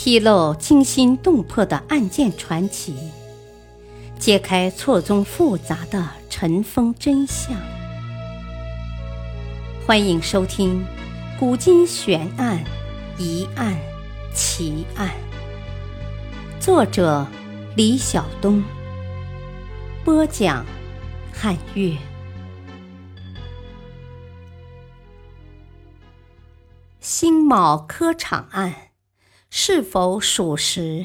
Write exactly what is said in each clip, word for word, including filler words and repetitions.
披露惊心动魄的案件传奇，揭开错综复杂的尘封真相。欢迎收听《古今悬案、疑案、奇案》，作者李晓东，播讲汉月。辛卯科场案是否属实？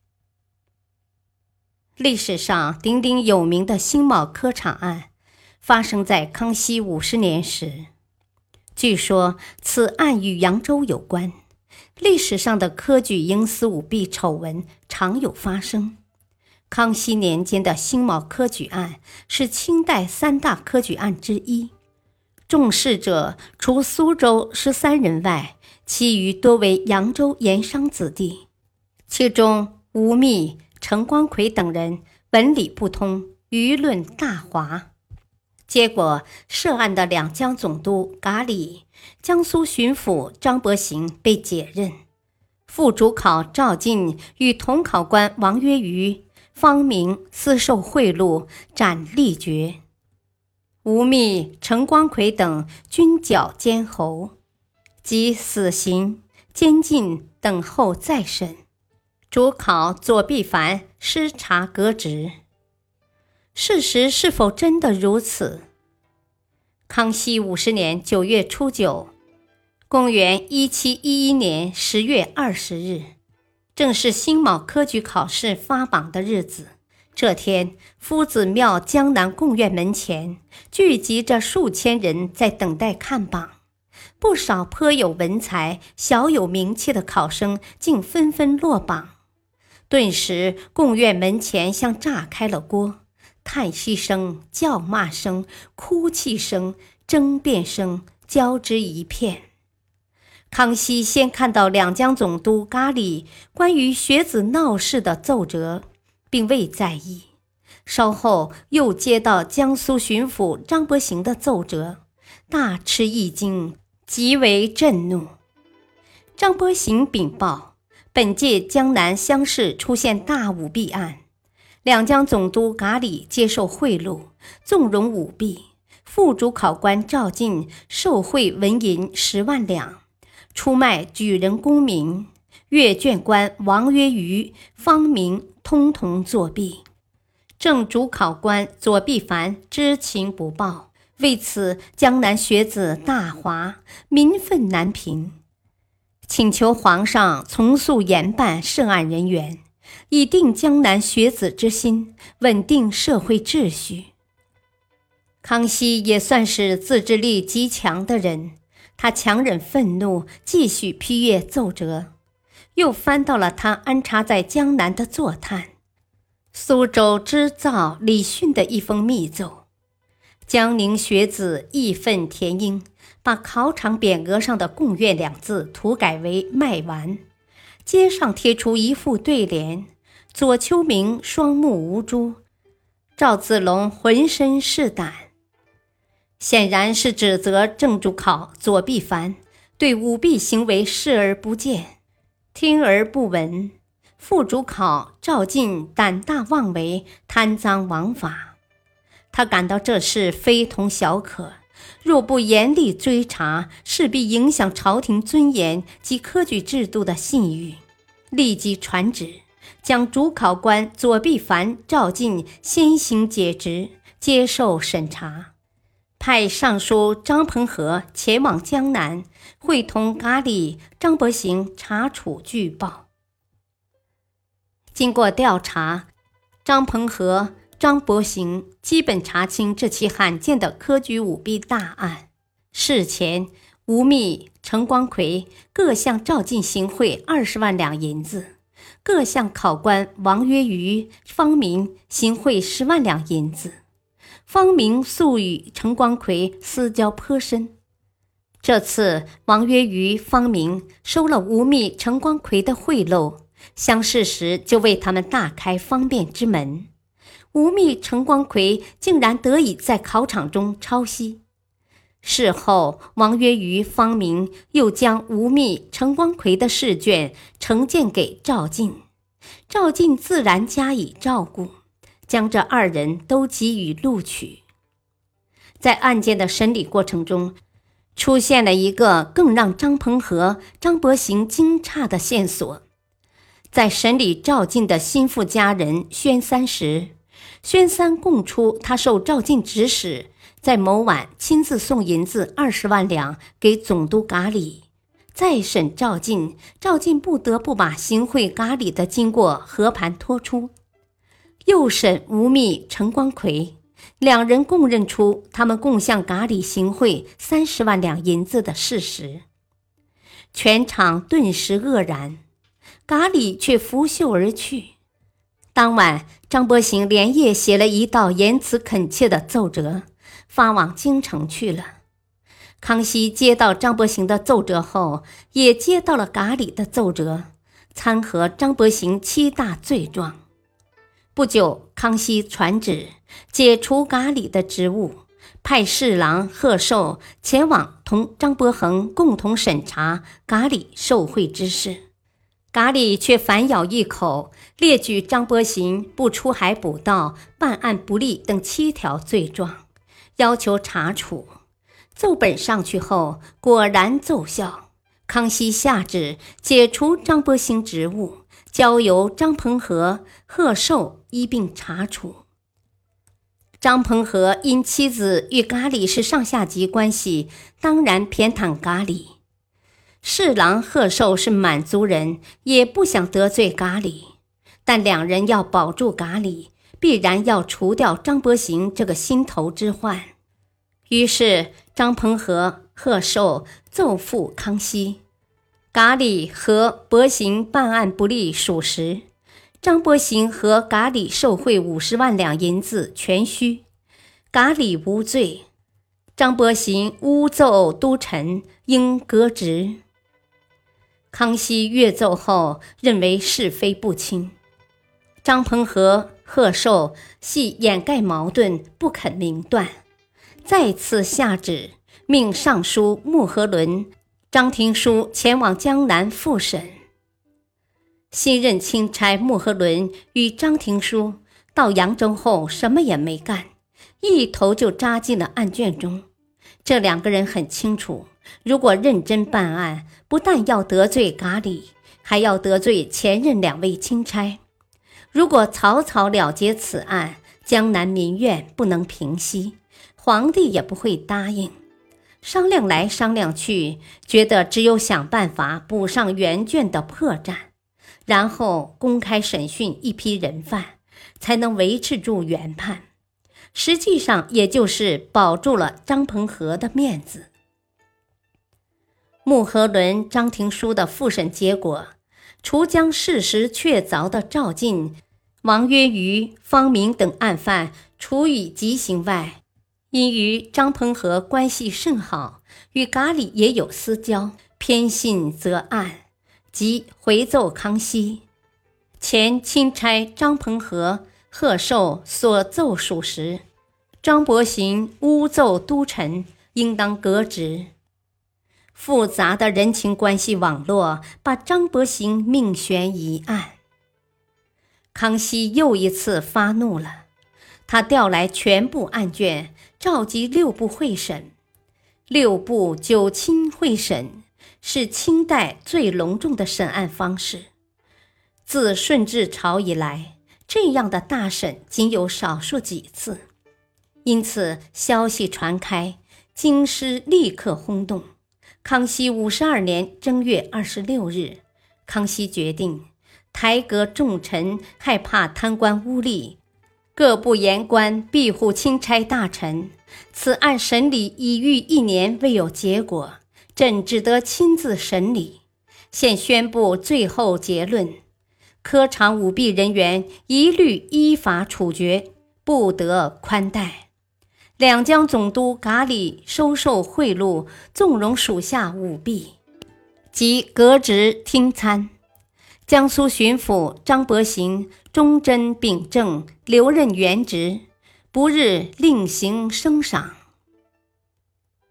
历史上鼎鼎有名的辛卯科场案发生在康熙五十年时。据说此案与扬州有关，历史上的科举营私舞弊丑闻常有发生。康熙年间的辛卯科举案是清代三大科举案之一，重视者除苏州十三人外，其余多为扬州盐商子弟，其中吴宓、陈光魁等人文理不通，舆论大哗。结果涉案的两江总督噶礼、江苏巡抚张伯行被解任，副主考赵进与同考官王约瑜、方明私受贿赂，斩立决。吴宓、陈光魁等均绞监候，即死刑、监禁等候再审。主考左弼凡失察革职。事实是否真的如此？康熙五十年九月初九，公元一七一一年十月二十日，正是辛卯科举考试发榜的日子。这天，夫子庙江南贡院门前聚集着数千人在等待看榜，不少颇有文才、小有名气的考生竟纷纷落榜。顿时，贡院门前像炸开了锅，叹息声、叫骂声、哭泣声、争辩声交织一片。康熙先看到两江总督噶礼关于学子闹事的奏折，并未在意。稍后又接到江苏巡抚张伯行的奏折，大吃一惊，极为震怒。张伯行禀报，本届江南乡试出现大舞弊案，两江总督噶礼接受贿赂，纵容舞弊，副主考官赵进受贿纹银十万两，出卖举人功名，阅卷官王约瑜、方明通通作弊。正主考官左弼凡知情不报，为此江南学子大哗，民愤难平，请求皇上从速严办涉案人员，以定江南学子之心，稳定社会秩序。康熙也算是自制力极强的人，他强忍愤怒，继续批阅奏折，又翻到了他安插在江南的坐探苏州织造李训的一封密奏。江宁学子义愤填膺，把考场匾额上的贡院两字涂改为卖完，街上贴出一副对联：左丘明双目无珠，赵子龙浑身是胆。显然是指责正主考左弼凡对舞弊行为视而不见，听而不闻，副主考赵进胆大妄为，贪赃枉法。他感到这事非同小可，若不严厉追查，势必影响朝廷尊严及科举制度的信誉，立即传旨，将主考官左弼凡、赵进先行解职，接受审查，派尚书张鹏和前往江南，会同噶礼、张伯行查处据报。经过调查，张鹏和、张伯行基本查清这起罕见的科举舞弊大案。事前，吴宓、陈光魁各向赵进行贿二十万两银子，各向考官王约瑜、方明行贿十万两银子。方明素与陈光魁私交颇深，这次王约瑜、方明收了吴宓、陈光魁的贿赂，乡试时就为他们大开方便之门。吴宓、陈光魁竟然得以在考场中抄袭。 事后，王曰瑜、方明又将吴宓、陈光奎的试卷呈荐给赵进，赵进自然加以照顾，将这二人都给予录取。在案件的审理过程中，出现了一个更让张鹏和、张伯行惊诧的线索。在审理赵进的心腹家人宣三时，宣三供出他受赵进指使，在某晚亲自送银子二十万两给总督噶里。再审赵进，赵进不得不把行贿噶里的经过和盘托出。又审吴宓、陈光奎，两人供认出他们共向噶里行贿三十万两银子的事实。全场顿时愕然，噶里却拂袖而去。当晚，张伯行连夜写了一道言辞恳切的奏折，发往京城去了。康熙接到张伯行的奏折后，也接到了噶里的奏折，参合张伯行七大罪状。不久，康熙传旨解除噶里的职务，派侍郎贺寿前往同张伯衡共同审查噶里受贿之事。噶里却反咬一口，列举张伯行不出海捕盗、办案不力等七条罪状，要求查处。奏本上去后，果然奏效。康熙下旨解除张伯行职务，交由张鹏和、贺寿一并查处。张鹏和因妻子与噶里是上下级关系，当然偏袒噶里。侍郎贺寿是满族人，也不想得罪噶里，但两人要保住噶里，必然要除掉张伯行这个心头之患。于是张鹏和、贺寿奏复康熙，噶里和伯行办案不力属实，张伯行和噶里受贿五十万两银子全虚，噶里无罪，张伯行诬奏都臣，应革职。康熙阅奏后，认为是非不清。张鹏和、贺寿系掩盖矛盾，不肯明断，再次下旨命尚书穆和伦、张廷书前往江南复审。新任钦差穆和伦与张廷书到扬州后什么也没干，一头就扎进了案卷中。这两个人很清楚，如果认真办案，不但要得罪噶里，还要得罪前任两位钦差。如果草草了结此案，江南民怨不能平息，皇帝也不会答应。商量来商量去，觉得只有想办法补上原卷的破绽，然后公开审讯一批人犯，才能维持住原判。实际上也就是保住了张鹏和的面子。穆和伦、张廷书的复审结果，除将事实确凿的赵进、王曰瑜、方明等案犯处以极刑外，因与张鹏和关系甚好，与噶里也有私交，偏信则案，即回奏康熙，前钦差张鹏和、贺寿所奏属实，张伯行诬奏都臣，应当革职。复杂的人情关系网络把张伯行命悬一案。康熙又一次发怒了，他调来全部案卷，召集六部会审。六部九卿会审是清代最隆重的审案方式。自顺治朝以来，这样的大审仅有少数几次，因此消息传开，京师立刻轰动。康熙五十二年正月二十六日，康熙决定台阁重臣害怕贪官污吏，各部言官庇护钦差大臣，此案审理已逾一年未有结果，朕只得亲自审理。现宣布最后结论：科场舞弊人员一律依法处决，不得宽待。两江总督噶里收受贿赂，纵容属下舞弊，即革职听参。江苏巡抚张伯行忠贞秉正，留任原职，不日另行升赏。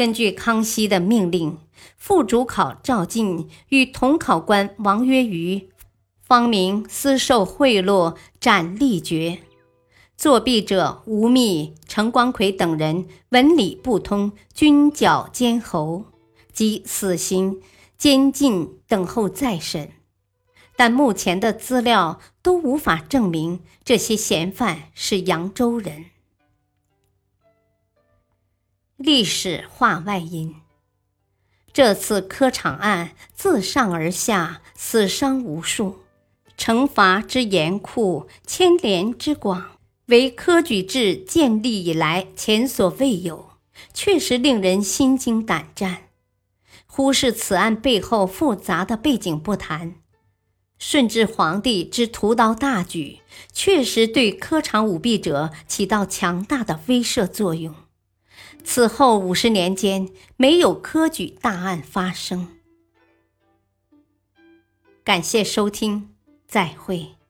根据康熙的命令，副主考赵进与同考官王曰瑜、方明私受贿赂，斩立决。作弊者吴宓、程光奎等人文理不通，均绞监候，即死刑，监禁等候再审。但目前的资料都无法证明这些嫌犯是扬州人。历史话外音：这次科场案自上而下，死伤无数，惩罚之严酷，牵连之广，为科举制建立以来前所未有，确实令人心惊胆战。忽视此案背后复杂的背景不谈，顺治皇帝之屠刀大举，确实对科场舞弊者起到强大的威慑作用。此后五十年间，没有科举大案发生。感谢收听，再会。